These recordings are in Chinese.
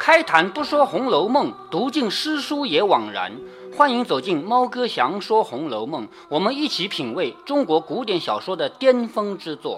开坛不说《红楼梦》，读尽诗书也枉然。欢迎走进猫哥祥说《红楼梦》，我们一起品味中国古典小说的巅峰之作。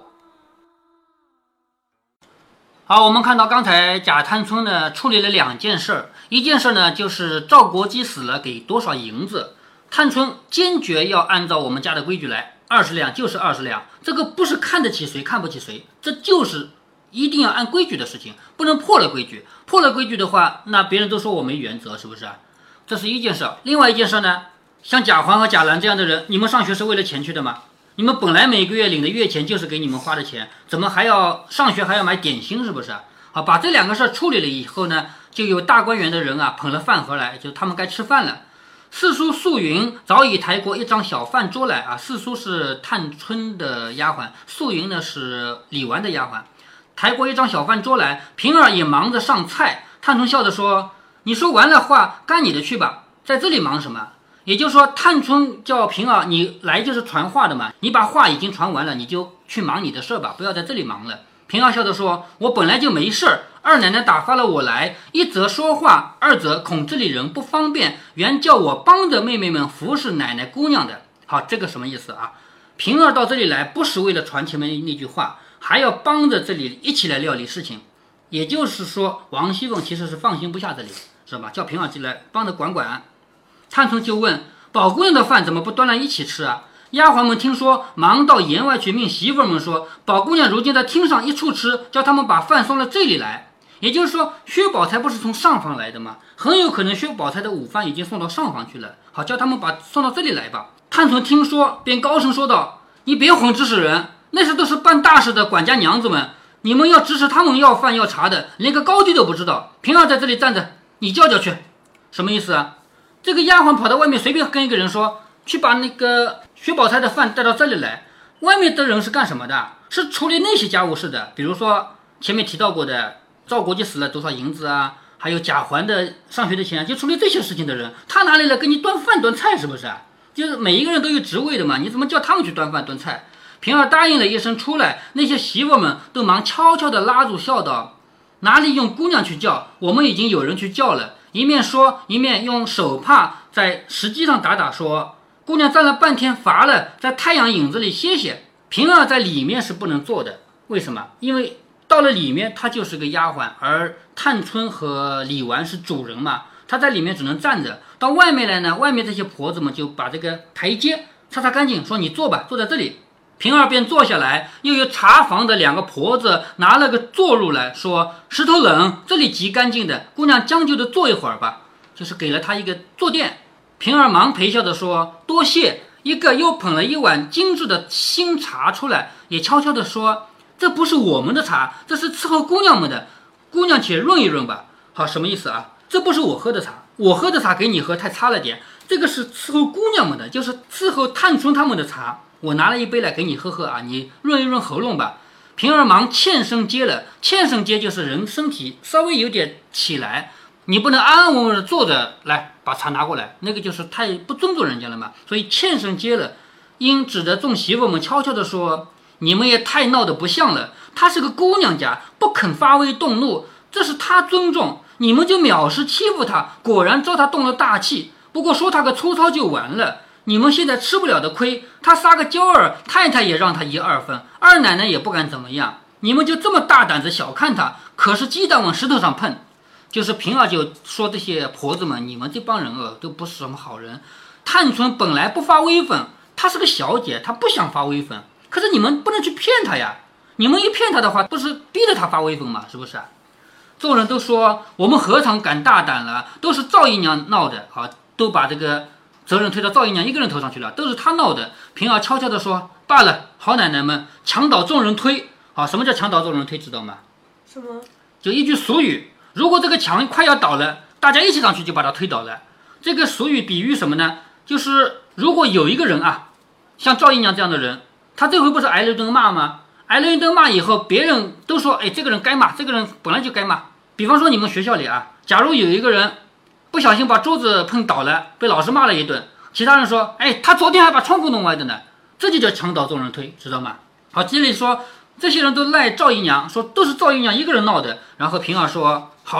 好，我们看到刚才贾探春呢处理了两件事，一件事呢就是赵国基死了给多少银子，探春坚决要按照我们家的规矩来，20两就是20两，这个不是看得起谁看不起谁，这就是一定要按规矩的事情，不能破了规矩。破了规矩的话，那别人都说我没原则，是不是啊？这是一件事。另外一件事呢，像贾环和贾兰这样的人，你们上学是为了钱去的吗？你们本来每个月领的月钱就是给你们花的钱，怎么还要上学还要买点心，是不是？好，把这两个事处理了以后呢，就有大观园的人啊捧了饭盒来，就他们该吃饭了。四叔素云早已抬过一张小饭桌来啊，四叔是探春的丫鬟，素云呢是李纨的丫鬟，抬过一张小饭桌来，平儿也忙着上菜。探春笑着说：“你说完了话，干你的去吧，在这里忙什么？”也就是说，探春叫平儿，你来就是传话的嘛，你把话已经传完了，你就去忙你的事吧，不要在这里忙了。平儿笑着说：“我本来就没事儿，二奶奶打发了我来，一则说话，二则恐这里人不方便，原叫我帮着妹妹们服侍奶奶姑娘的。”好，这个什么意思啊？平儿到这里来不是为了传前面那句话，还要帮着这里一起来料理事情。也就是说，王熙凤其实是放心不下这里，是吧？叫平儿进来帮着管管。探春就问：“宝姑娘的饭怎么不端来一起吃啊？”丫鬟们听说，忙到檐外去命媳妇们说：“宝姑娘如今在厅上一处吃，叫他们把饭送到这里来。”也就是说，薛宝钗不是从上房来的吗？很有可能薛宝钗的午饭已经送到上房去了。好，叫他们把送到这里来吧。探春听说，便高声说道：“你别混指使人，那些都是办大事的管家娘子们，你们要指使他们要饭要茶的，连个高低都不知道。平儿在这里站着，你叫叫去。”什么意思啊？这个丫鬟跑到外面随便跟一个人说，去把那个薛宝钗的饭带到这里来。外面的人是干什么的？是处理那些家务事的，比如说前面提到过的赵国基死了多少银子啊，还有贾环的上学的钱，就处理这些事情的人，他哪里来给你端饭端菜，是不是？就是每一个人都有职位的嘛，你怎么叫他们去端饭端菜？平儿答应了一声出来，那些媳妇们都忙悄悄地拉住笑道：“哪里用姑娘去叫，我们已经有人去叫了。”一面说一面用手帕在石机上打打，说：“姑娘站了半天乏了，在太阳影子里歇歇。”平儿在里面是不能坐的，为什么？因为到了里面她就是个丫鬟，而探春和李纨是主人嘛，她在里面只能站着。到外面来呢，外面这些婆子们就把这个台阶擦擦干净，说：“你坐吧，坐在这里。”平儿便坐下来，又有茶房的两个婆子拿了个坐褥来说：“石头冷，这里极干净的，姑娘将就的坐一会儿吧。”就是给了她一个坐垫。平儿忙陪笑的说：“多谢。”一个又捧了一碗精致的新茶出来，也悄悄的说：“这不是我们的茶，这是伺候姑娘们的，姑娘且润一润吧。”好，什么意思啊？这不是我喝的茶，我喝的茶给你喝太差了点，这个是伺候姑娘们的，就是伺候探春他们的茶，我拿了一杯来给你喝喝啊，你润一润喉咙吧。平儿忙欠身接了，欠身接就是人身体稍微有点起来，你不能安安稳稳的坐着来把茶拿过来，那个就是太不尊重人家了嘛。所以欠身接了，因指着众媳妇们悄悄的说：“你们也太闹得不像了，她是个姑娘家，不肯发威动怒，这是她尊重，你们就藐视欺负她，果然招她动了大气。不过说她个粗糙就完了。你们现在吃不了的亏，他撒个娇儿，太太也让他1、2分，二奶奶也不敢怎么样，你们就这么大胆子小看他，可是鸡蛋往石头上碰。”就是平儿就说这些婆子们，你们这帮人都不是什么好人。探春本来不发威风，她是个小姐，她不想发威风，可是你们不能去骗她呀，你们一骗她的话，不是逼着她发威风吗？是不是？众人都说我们何尝敢大胆了，都是赵姨娘闹的。好，都把这个责任推到赵姨娘一个人头上去了，都是她闹的。平儿悄悄地说：“罢了，好奶奶们，墙倒众人推。”好，什么叫墙倒众人推，知道吗？ 什么？ 就一句俗语，如果这个墙快要倒了，大家一起上去就把它推倒了。这个俗语比喻什么呢？就是如果有一个人啊，像赵姨娘这样的人，他这回不是挨了一顿骂吗？挨了一顿骂以后，别人都说：“哎，这个人该骂，这个人本来就该骂。”比方说你们学校里啊，假如有一个人不小心把桌子碰倒了，被老师骂了一顿，其他人说：“哎，他昨天还把窗户弄歪的呢。”这就叫墙倒众人推，知道吗？好，这里说这些人都赖赵姨娘，说都是赵姨娘一个人闹的。然后平儿说：“好了，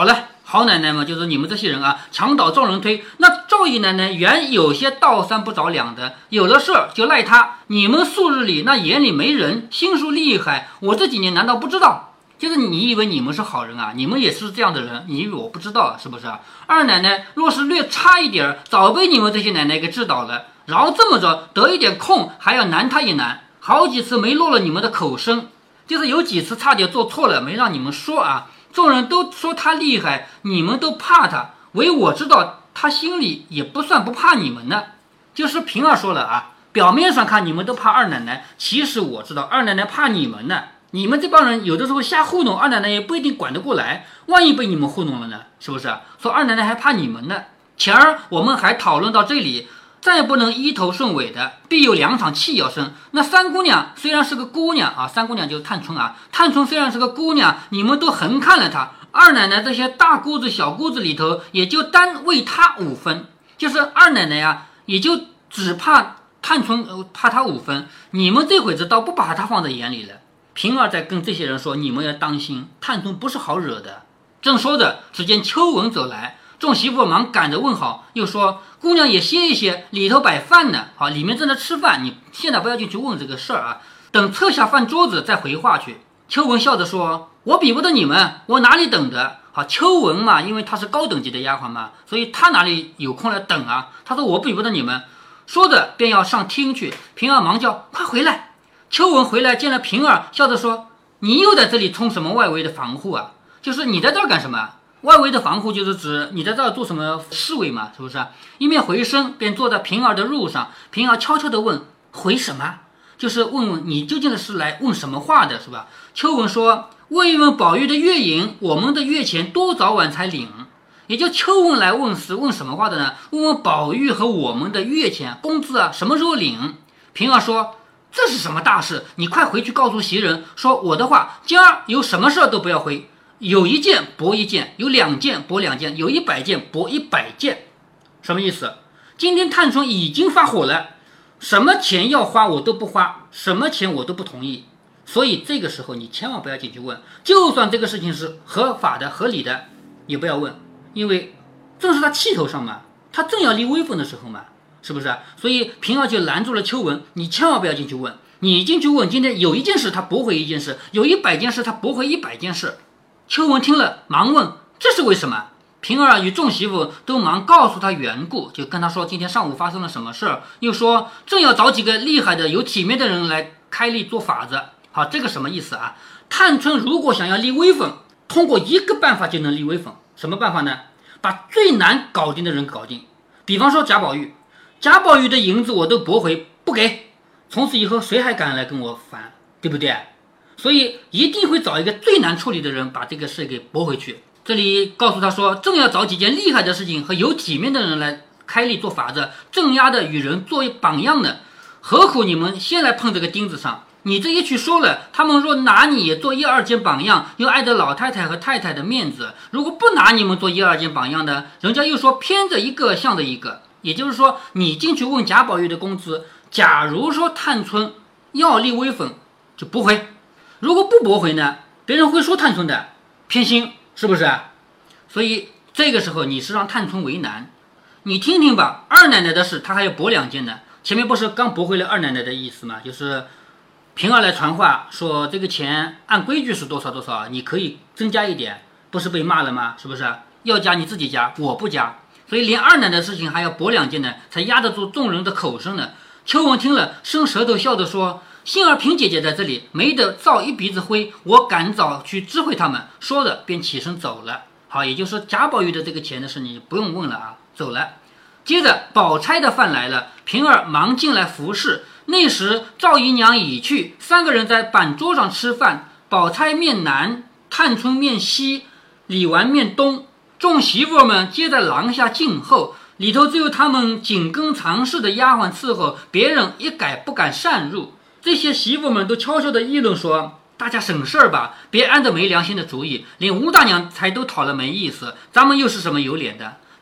好奶奶嘛，就是你们这些人啊，墙倒众人推。那赵姨奶奶原有些倒三不着两的，有了事儿就赖她。你们素日里那眼里没人，心术厉害，我这几年难道不知道？就是你以为你们是好人啊？你们也是这样的人，你以为我不知道啊？是不是啊？二奶奶若是略差一点，早被你们这些奶奶给治倒了。然后这么着得一点空，还要难她一难，好几次没落了你们的口声，就是有几次差点做错了，没让你们说啊。众人都说他厉害，你们都怕他，唯我知道他心里也不算不怕你们呢。就是平儿说了啊，表面上看你们都怕二奶奶，其实我知道二奶奶怕你们呢。你们这帮人有的时候瞎糊弄，二奶奶也不一定管得过来，万一被你们糊弄了呢？是不是？说二奶奶还怕你们呢。前儿我们还讨论到这里，再不能一头顺尾的，必有2场气要生。那三姑娘虽然是个姑娘啊，三姑娘就是探春啊，探春虽然是个姑娘，你们都横看了她。二奶奶这些大姑子小姑子里头，也就单为她5分，就是二奶奶啊，也就只怕探春怕她5分。你们这会子倒不把她放在眼里了。平儿在跟这些人说，你们要当心，探春不是好惹的。正说着，只见秋纹走来，众媳妇忙赶着问好，又说姑娘也歇一歇，里头摆饭呢。好，里面正在吃饭，你现在不要进去问这个事儿啊，等撤下饭桌子再回话去。秋纹笑着说，我比不得你们，我哪里等的。好，秋纹嘛，因为她是高等级的丫鬟嘛，所以她哪里有空来等啊？她说我比不得你们，说着便要上厅去。平儿忙叫快回来。秋纹回来见了平儿，笑着说，你又在这里冲什么外围的防护啊？就是你在这儿干什么？外围的防护就是指你在这儿做什么侍卫嘛，是不是？一面回身便坐在平儿的褥上。平儿悄悄地问，回什么？就是问问你究竟是来问什么话的，是吧？秋纹说，问一问宝玉的月银，我们的月钱多早晚才领。也就秋纹来问是问什么话的呢？问问宝玉和我们的月钱工资啊什么时候领。平儿说，这是什么大事？你快回去告诉袭人，说我的话今儿有什么事都不要回，有1件驳1件，有2件驳2件，有100件驳100件。什么意思？今天探春已经发火了，什么钱要花我都不花，什么钱我都不同意。所以这个时候你千万不要进去问，就算这个事情是合法的合理的也不要问，因为正是他气头上嘛，他正要立威风的时候嘛，是不是？所以平儿就拦住了秋纹，你千万不要进去问，你进去问，今天有1件事他驳回1件事，有100件事他驳回100件事。秋纹听了忙问，这是为什么？平儿与众媳妇都忙告诉他缘故，就跟他说今天上午发生了什么事儿，又说正要找几个厉害的有体面的人来开例做法子。好，这个什么意思啊？探春如果想要立威风，通过一个办法就能立威风，什么办法呢？把最难搞定的人搞定。比方说贾宝玉，贾宝玉的银子我都驳回不给，从此以后谁还敢来跟我烦，对不对？所以一定会找一个最难处理的人把这个事给驳回去。这里告诉他说，正要找几件厉害的事情和有体面的人来开例做法子，镇压的与人作为榜样呢，何苦你们先来碰这个钉子上？你这一去说了，他们若拿你也做1、2件榜样，又碍着老太太和太太的面子；如果不拿你们做1、2件榜样的，人家又说偏着一个像着一个。也就是说，你进去问贾宝玉的工资，假如说探春要立威风，就驳回；如果不驳回呢，别人会说探春的偏心，是不是？所以这个时候你是让探春为难。你听听吧，二奶奶的事他还要驳2件呢。前面不是刚驳回了二奶奶的意思吗？就是平儿来传话说这个钱按规矩是多少多少，你可以增加一点，不是被骂了吗？是不是？要加你自己加，我不加。所以连二奶奶的事情还要驳2件呢，才压得住众人的口声呢。秋纹听了伸舌头笑着说，幸而平姐姐在这里，没得造一鼻子灰，我赶早去知会他们。说着便起身走了。好，也就是说贾宝玉的这个钱的事你不用问了啊，走了。接着宝钗的饭来了，平儿忙进来服侍。那时赵姨娘已去，3个人在板桌上吃饭，宝钗面南，探春面西，李纨面东，众媳妇们皆在廊下静候，里头只有他们紧跟常侍的丫鬟伺候，别人一概不敢擅入。这些媳妇们都悄悄地议论说，大家省事儿吧，别安着没良心的主意，连吴大娘才都讨了没意思，咱们又是什么有脸的？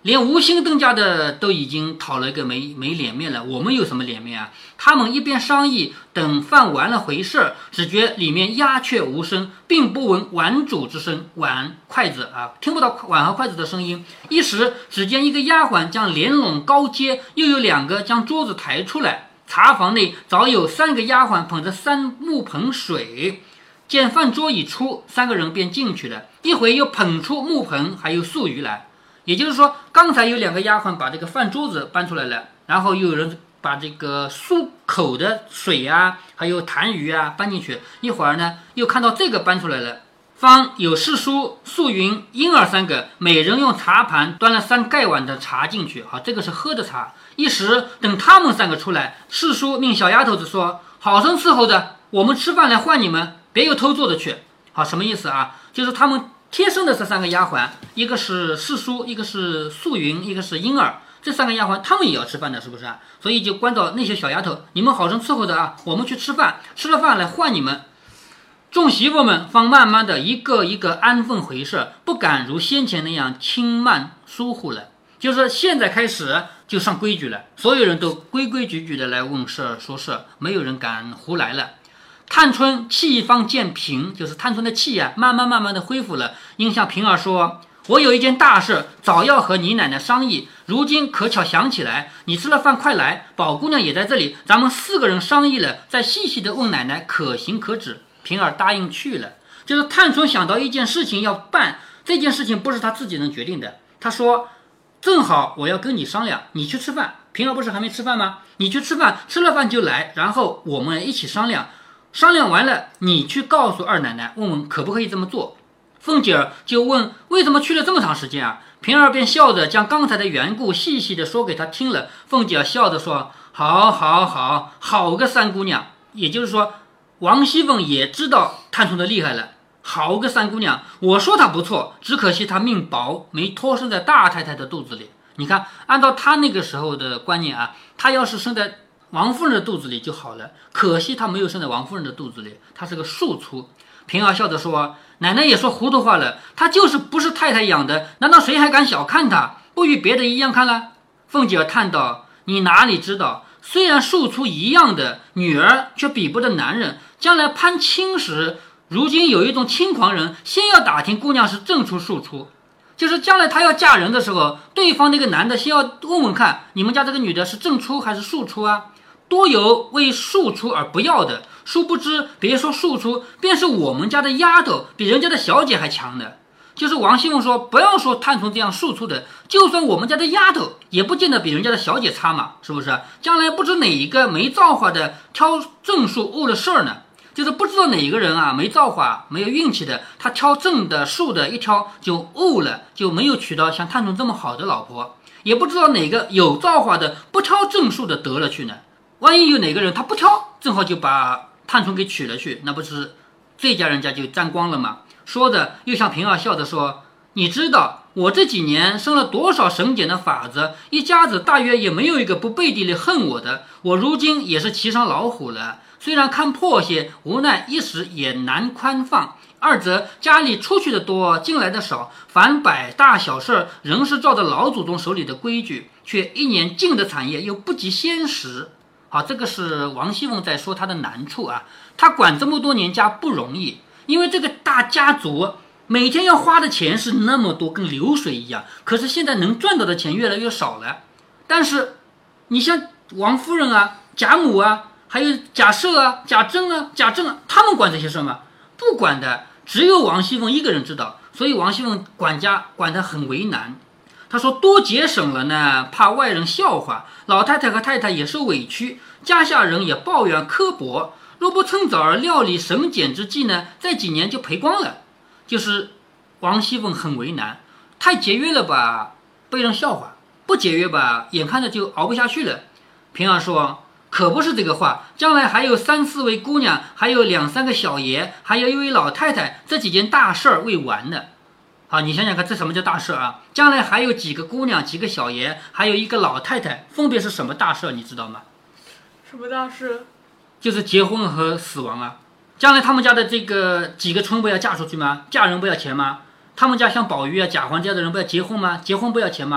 连吴兴邓家的都已经讨了一个没脸面了，我们有什么脸面啊？他们一边商议，等饭完了回事，只觉里面鸦雀无声，并不闻碗煮之声，碗筷子啊，听不到碗和筷子的声音。一时只见一个丫鬟将帘笼高揭，又有2个将桌子抬出来。茶房内早有3个丫鬟捧着3木盆水，见饭桌已出，3个人便进去了。一会又捧出木盆还有素鱼来。也就是说，刚才有2个丫鬟把这个饭桌子搬出来了，然后又有人把这个漱口的水啊，还有痰盂啊搬进去。一会儿呢，又看到这个搬出来了，方有世叔、素云、婴儿3个，每人用茶盘端了3盖碗的茶进去。好，这个是喝的茶。一时等他们3个出来，世叔命小丫头子说：“好生伺候着，我们吃饭来换你们，别有偷做的去。”好，什么意思啊？就是他们贴身的这3个丫鬟，一个是世叔，一个是素云，一个是婴儿，这3个丫鬟他们也要吃饭的，是不是啊？所以就关照那些小丫头，你们好生伺候的啊，我们去吃饭，吃了饭来换你们。众媳妇们方慢慢的一个一个安分回事，不敢如先前那样轻慢疏忽了。就是现在开始就上规矩了，所有人都规规矩矩的来问事说事，没有人敢胡来了。探春气方渐平，就是探春的气啊，慢慢的恢复了。应向平儿说：“我有一件大事，早要和你奶奶商议，如今可巧想起来，你吃了饭快来，宝姑娘也在这里，咱们4个人商议了，再细细的问奶奶可行可止。”平儿答应去了。就是探春想到一件事情要办，这件事情不是她自己能决定的。她说：“正好我要跟你商量，你去吃饭。平儿不是还没吃饭吗？你去吃饭，吃了饭就来，然后我们一起商量。商量完了，你去告诉二奶奶，问问可不可以这么做。”凤姐儿就问：“为什么去了这么长时间啊？”平儿便笑着将刚才的缘故细细的说给她听了。凤姐儿笑着说：“好个3姑娘。”也就是说，王熙凤也知道探春的厉害了。好个3姑娘，我说她不错，只可惜她命薄，没托生在大太太的肚子里。你看，按照她那个时候的观念啊，她要是生在王夫人的肚子里就好了，可惜她没有生在王夫人的肚子里，她是个庶出。平儿笑着说：“奶奶也说糊涂话了，她就是不是太太养的，难道谁还敢小看她？不与别的一样看了？”凤姐儿叹道：“你哪里知道，虽然庶出一样的，女儿却比不得男人。将来攀亲时，如今有一种轻狂人，先要打听姑娘是正出庶出，就是将来她要嫁人的时候，对方那个男的先要问问看，你们家这个女的是正出还是庶出啊？多有为庶出而不要的，殊不知别说庶出，便是我们家的丫头比人家的小姐还强的。”就是王熙凤说，不要说探春这样庶出的，就算我们家的丫头也不见得比人家的小姐差嘛，是不是？将来不知哪一个没造化的挑正数误了事儿呢，就是不知道哪个人啊没造化没有运气的，他挑正的数的一挑就误了，就没有娶到像探春这么好的老婆。也不知道哪个有造化的不挑正数的得了去呢，万一有哪个人他不挑，正好就把探春给娶了去，那不是这家人家就沾光了吗？说着又向平儿笑着说：“你知道我这几年生了多少省俭的法子，一家子大约也没有一个不背地里恨我的。我如今也是骑上老虎了，虽然看破些，无奈一时也难宽放。二则家里出去的多，进来的少，凡百大小事仍是照着老祖宗手里的规矩，却一年进的产业又不及先时。”好，这个是王熙凤在说她的难处啊，她管这么多年家不容易。因为这个大家族每天要花的钱是那么多，跟流水一样，可是现在能赚到的钱越来越少了。但是你像王夫人啊、贾母啊，还有贾赦啊、贾珍啊、贾政啊，他们管这些事吗？不管的，只有王熙凤一个人知道，所以王熙凤管家管得很为难。他说多节省了呢，怕外人笑话，老太太和太太也受委屈，家下人也抱怨刻薄，若不趁早儿料理省俭之计呢，再几年就赔光了。就是王熙凤很为难，太节约了吧，被人笑话；不节约吧，眼看着就熬不下去了。平儿说：“可不是这个话，将来还有3、4位姑娘，还有2、3个小爷，还有1位老太太，这几件大事儿未完呢。”好，你想想看，这什么叫大事啊？将来还有几个姑娘、几个小爷，还有1个老太太，分别是什么大事，你知道吗？ 什么大事？ 就是结婚和死亡啊！将来他们家的这个几个春不要嫁出去吗？嫁人不要钱吗？他们家像宝玉啊、贾环这样的人不要结婚吗？结婚不要钱吗？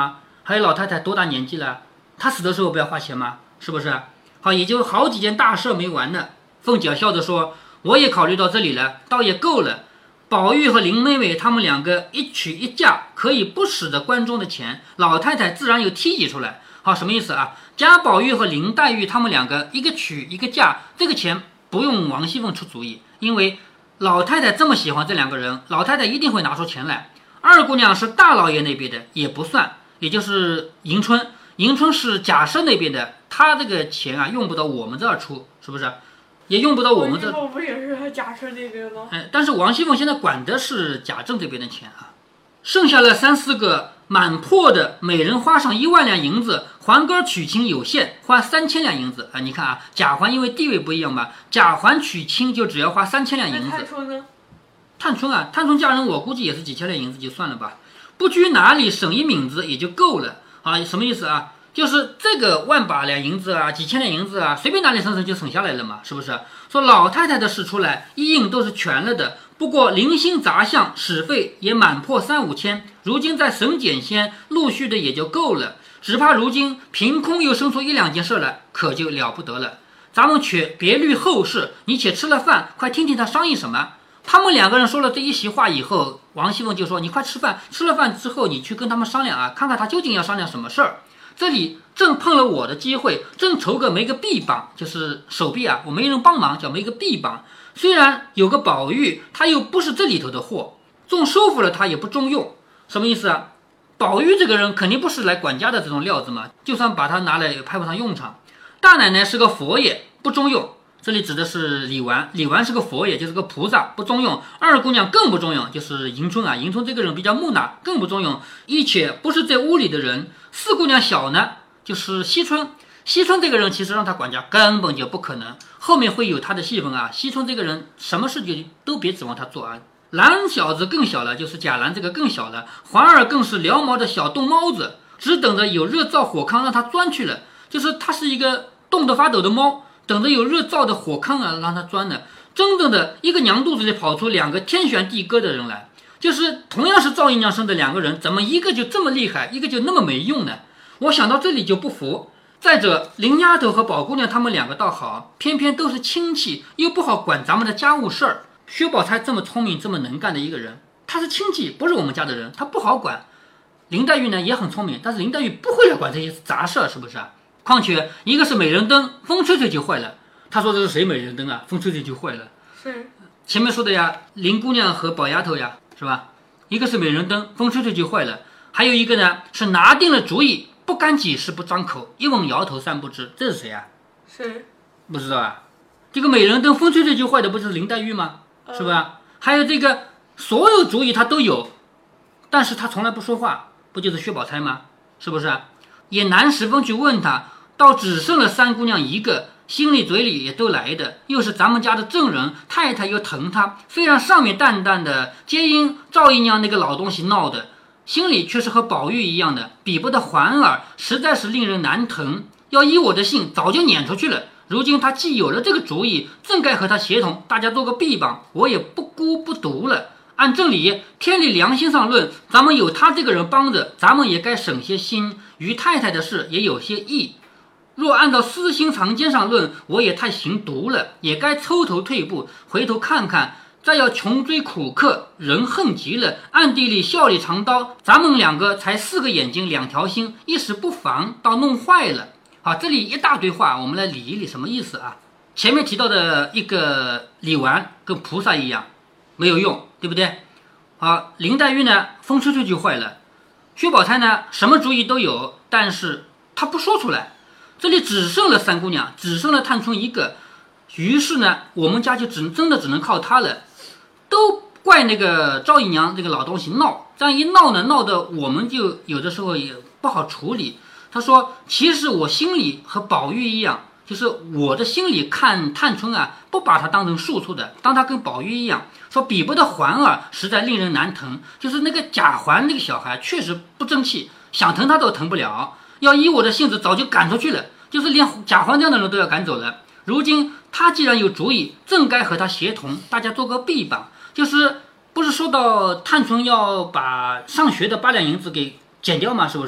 还有老太太多大年纪了？她死的时候不要花钱吗？是不是？好，也就好几件大事没完呢。凤姐笑着说：“我也考虑到这里了，倒也够了。宝玉和林妹妹他们两个一娶一嫁，可以不使得官中的钱，老太太自然有提及出来。好，什么意思啊？贾宝玉和林黛玉他们两个一个娶一个嫁，这个钱不用王熙凤出主意，因为老太太这么喜欢这两个人，老太太一定会拿出钱来。二姑娘是大老爷那边的，也不算，也就是迎春。迎春是贾赦那边的，他这个钱啊，用不到我们这儿出，是不是？也用不到我们这。 不也是贾赦那边吗？ 但是王熙凤现在管的是贾政这边的钱啊，剩下了3、4个满破的，每人花上1万两银子，还根娶亲有限，花3000两银子啊。你看啊，贾环因为地位不一样嘛，贾环娶亲就只要花3000两银子。 探春呢？ 探春嫁人，我估计也是几千两银子就算了吧，不拘哪里省一敏子也就够了啊。什么意思啊？就是这个万把两银子啊，几千两银子啊，随便哪里省就省下来了嘛，是不是？说老太太的事出来，一应都是全了的，不过零星杂项使费也满破3、5千，如今再省减些，陆续的也就够了。只怕如今凭空又生出1、2件事来，可就了不得了。咱们且别虑后事，你且吃了饭，快听听他商议什么。他们2个人说了这一席话以后，王熙凤就说：“你快吃饭，吃了饭之后你去跟他们商量啊，看看他究竟要商量什么事儿。这里正碰了我的机会，正愁个没个臂膀，就是手臂啊，我没人帮忙，叫没个臂膀。虽然有个宝玉，他又不是这里头的货，纵收服了他也不中用。什么意思啊？宝玉这个人肯定不是来管家的这种料子嘛，就算把他拿来也派不上用场。大奶奶是个佛爷，不中用。”这里指的是李纨，李纨是个佛爷，就是个菩萨，不中用。二姑娘更不中用，就是迎春啊，迎春这个人比较木讷，更不中用，一且不是在屋里的人。四姑娘小呢，就是惜春，惜春这个人其实让他管家根本就不可能，后面会有他的戏份啊。惜春这个人什么事情都别指望他做啊。兰小子更小了，就是贾兰这个更小了，环儿更是撩毛的小冻猫子，只等着有热灶火炕让他钻去了，就是他是一个冻得发抖的猫。等着有热灶的火炕啊，让他钻呢。真正的一个娘肚子里跑出2个天旋地割的人来，就是同样是赵姨娘生的2个人，怎么一个就这么厉害，一个就那么没用呢？我想到这里就不服。再者，林丫头和宝姑娘他们2个倒好，偏偏都是亲戚，又不好管咱们的家务事儿。薛宝钗这么聪明、这么能干的一个人，她是亲戚，不是我们家的人，她不好管。林黛玉呢也很聪明，但是林黛玉不会来管这些杂事儿，是不是啊？况且一个是美人灯，风吹吹就坏了。他说这是谁美人灯啊？风吹吹就坏了。 是前面说的呀，林姑娘和宝丫头呀，是吧？一个是美人灯，风吹吹就坏了。还有一个呢，是拿定了主意，不干几时不张口，一问摇头三不知。这是谁啊？ 谁？ 不知道啊。这个美人灯风吹吹就坏的，不是林黛玉吗？是吧？还有这个所有主意他都有，但是他从来不说话，不就是薛宝钗吗？是不是？也难十分去问他。倒只剩了3姑娘一个，心里嘴里也都来的，又是咱们家的正人，太太又疼她，虽然上面淡淡的皆因赵姨娘那个老东西闹的，心里却是和宝玉一样的，比不得环儿，实在是令人难疼。要依我的性，早就撵出去了。如今他既有了这个主意，正该和他协同，大家做个臂膀，我也不孤不独了。按正理，天理良心上论，咱们有他这个人帮着，咱们也该省些心，于太太的事也有些益。若按照私心藏奸上论，我也太行毒了，也该抽头退步，回头看看。再要穷追苦克，人恨极了，暗地里笑里藏刀。咱们2个才4个眼睛2条心，一时不防，倒弄坏了。好，这里一大堆话，我们来理一理什么意思啊？前面提到的一个李纨跟菩萨一样，没有用，对不对？好，林黛玉呢，风吹吹就坏了。薛宝钗呢，什么主意都有，但是她不说出来。这里只剩了3姑娘，只剩了探春一个，于是呢，我们家就真的只能靠她了。都怪那个赵姨娘这个老东西闹，这样一闹呢，闹得我们就有的时候也不好处理。她说，其实我心里和宝玉一样，就是我的心里看探春啊，不把她当成庶出的，当她跟宝玉一样，说比不得环儿，实在令人难疼。就是那个贾环那个小孩确实不争气，想疼他都疼不了。要依我的性子，早就赶出去了，就是连贾环这样的人都要赶走了。如今他既然有主意，正该和他协同，大家做个臂膀。就是不是说到探春要把上学的8两银子给减掉吗？是不是？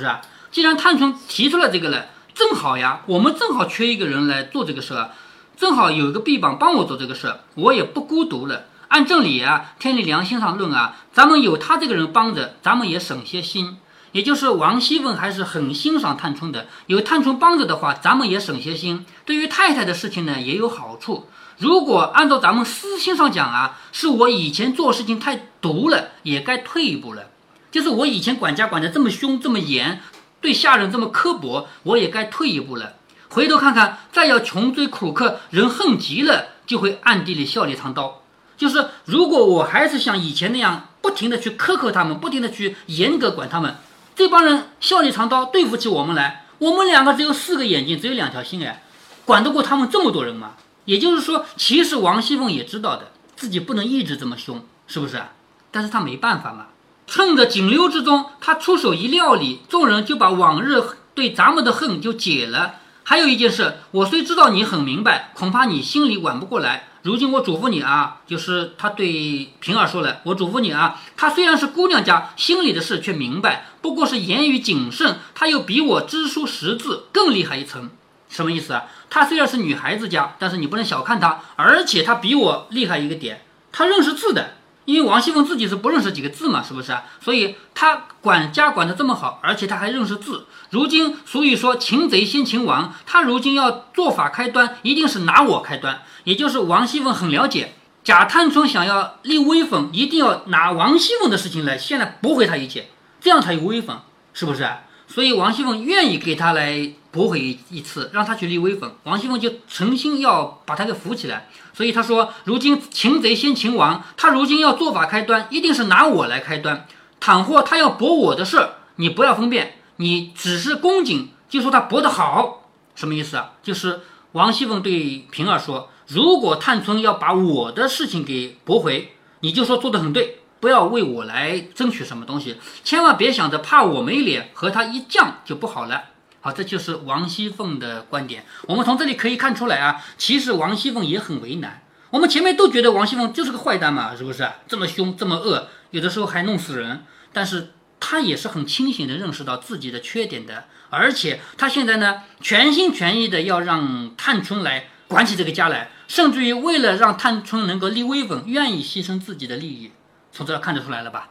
既然探春提出了这个了，正好呀，我们正好缺一个人来做这个事啊，正好有一个臂膀帮我做这个事，我也不孤独了。按正理啊，天理良心上论啊，咱们有他这个人帮着，咱们也省些心。也就是王熙凤还是很欣赏探春的，有探春帮着的话，咱们也省些心。对于太太的事情呢，也有好处。如果按照咱们私心上讲啊，是我以前做事情太毒了，也该退一步了。就是我以前管家管得这么凶这么严，对下人这么刻薄，我也该退一步了。回头看看，再要穷追苦克，人恨极了，就会暗地里笑里藏刀。就是如果我还是像以前那样，不停的去苛刻他们，不停的去严格管他们，这帮人笑里藏刀，对付起我们来，我们两个只有4个眼睛，只有2条心，管得过他们这么多人吗？也就是说，其实王熙凤也知道的，自己不能一直这么凶，是不是？但是他没办法嘛。趁着紧溜之中，他出手一料理，众人就把往日对咱们的恨就解了。还有一件事，我虽知道你很明白，恐怕你心里挽不过来。如今我嘱咐你啊，就是他对平儿说了，我嘱咐你啊，他虽然是姑娘家，心里的事却明白，不过是言语谨慎，他又比我知书识字更厉害一层。什么意思啊？他虽然是女孩子家，但是你不能小看他，而且他比我厉害一个点，他认识字的。因为王熙凤自己是不认识几个字嘛，是不是啊？所以他管家管得这么好，而且他还认识字。如今俗语说擒贼先擒王，他如今要做法开端，一定是拿我开端。也就是王熙凤很了解，贾探春想要立威风，一定要拿王熙凤的事情来先来驳回他一切，这样才有威风，是不是啊？所以王熙凤愿意给他来驳回一次，让他去立威风。王熙凤就诚心要把他给扶起来，所以他说：如今擒贼先擒王，他如今要做法开端，一定是拿我来开端。倘或他要驳我的事，你不要分辨，你只是恭敬，就说他驳得好。什么意思啊？就是王熙凤对平儿说，如果探春要把我的事情给驳回，你就说做得很对，不要为我来争取什么东西，千万别想着怕我没脸和他一犟就不好了。好，这就是王熙凤的观点。我们从这里可以看出来啊，其实王熙凤也很为难。我们前面都觉得王熙凤就是个坏蛋嘛，是不是？这么凶，这么恶，有的时候还弄死人。但是她也是很清醒的认识到自己的缺点的，而且她现在呢，全心全意的要让探春来管起这个家来，甚至于为了让探春能够立威风，愿意牺牲自己的利益。从这看得出来了吧？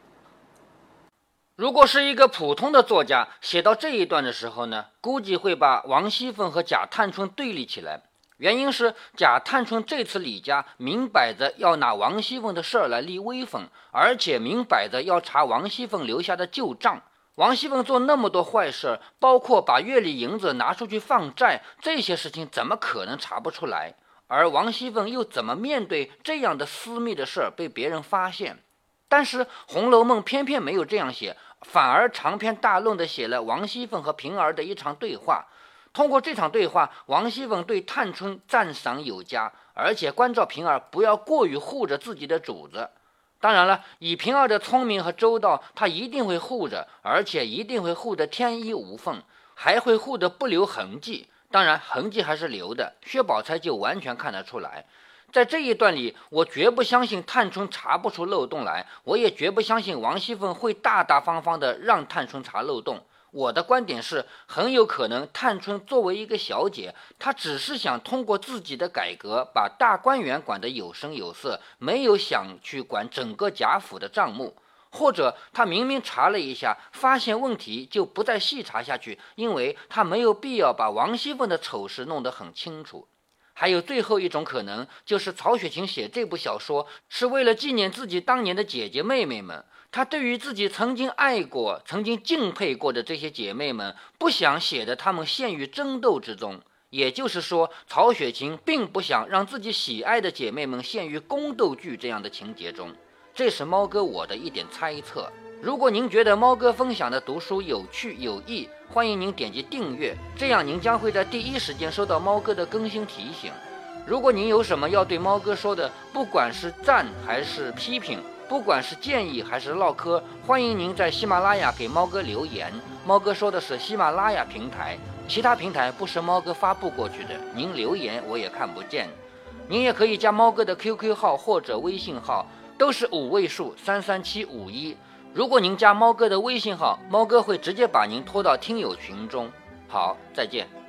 如果是一个普通的作家写到这一段的时候呢，估计会把王熙凤和贾探春对立起来。原因是贾探春这次李家明摆着要拿王熙凤的事儿来立威风，而且明摆着要查王熙凤留下的旧账。王熙凤做那么多坏事，包括把月例银子拿出去放债，这些事情怎么可能查不出来？而王熙凤又怎么面对这样的私密的事儿被别人发现？但是《红楼梦》偏偏没有这样写，反而长篇大论地写了王熙凤和平儿的一场对话。通过这场对话，王熙凤对探春赞赏有加，而且关照平儿不要过于护着自己的主子。当然了，以平儿的聪明和周到，她一定会护着，而且一定会护得天衣无缝，还会护得不留痕迹。当然痕迹还是留的，薛宝钗就完全看得出来。在这一段里，我绝不相信探春查不出漏洞来，我也绝不相信王熙凤会大大方方地让探春查漏洞。我的观点是，很有可能探春作为一个小姐，她只是想通过自己的改革把大观园管得有声有色，没有想去管整个贾府的账目。或者她明明查了一下，发现问题就不再细查下去，因为她没有必要把王熙凤的丑事弄得很清楚。还有最后一种可能，就是曹雪芹写这部小说是为了纪念自己当年的姐姐妹妹们，他对于自己曾经爱过、曾经敬佩过的这些姐妹们，不想写得她们陷于争斗之中。也就是说，曹雪芹并不想让自己喜爱的姐妹们陷于宫斗剧这样的情节中。这是猫哥我的一点猜测。如果您觉得猫哥分享的读书有趣有益，欢迎您点击订阅，这样您将会在第一时间收到猫哥的更新提醒。如果您有什么要对猫哥说的，不管是赞还是批评，不管是建议还是唠嗑，欢迎您在喜马拉雅给猫哥留言。猫哥说的是喜马拉雅平台，其他平台不是猫哥发布过去的，您留言我也看不见。您也可以加猫哥的 QQ 号或者微信号，都是5位数33751。 如果您加猫哥的微信号，猫哥会直接把您拖到听友群中。好，再见。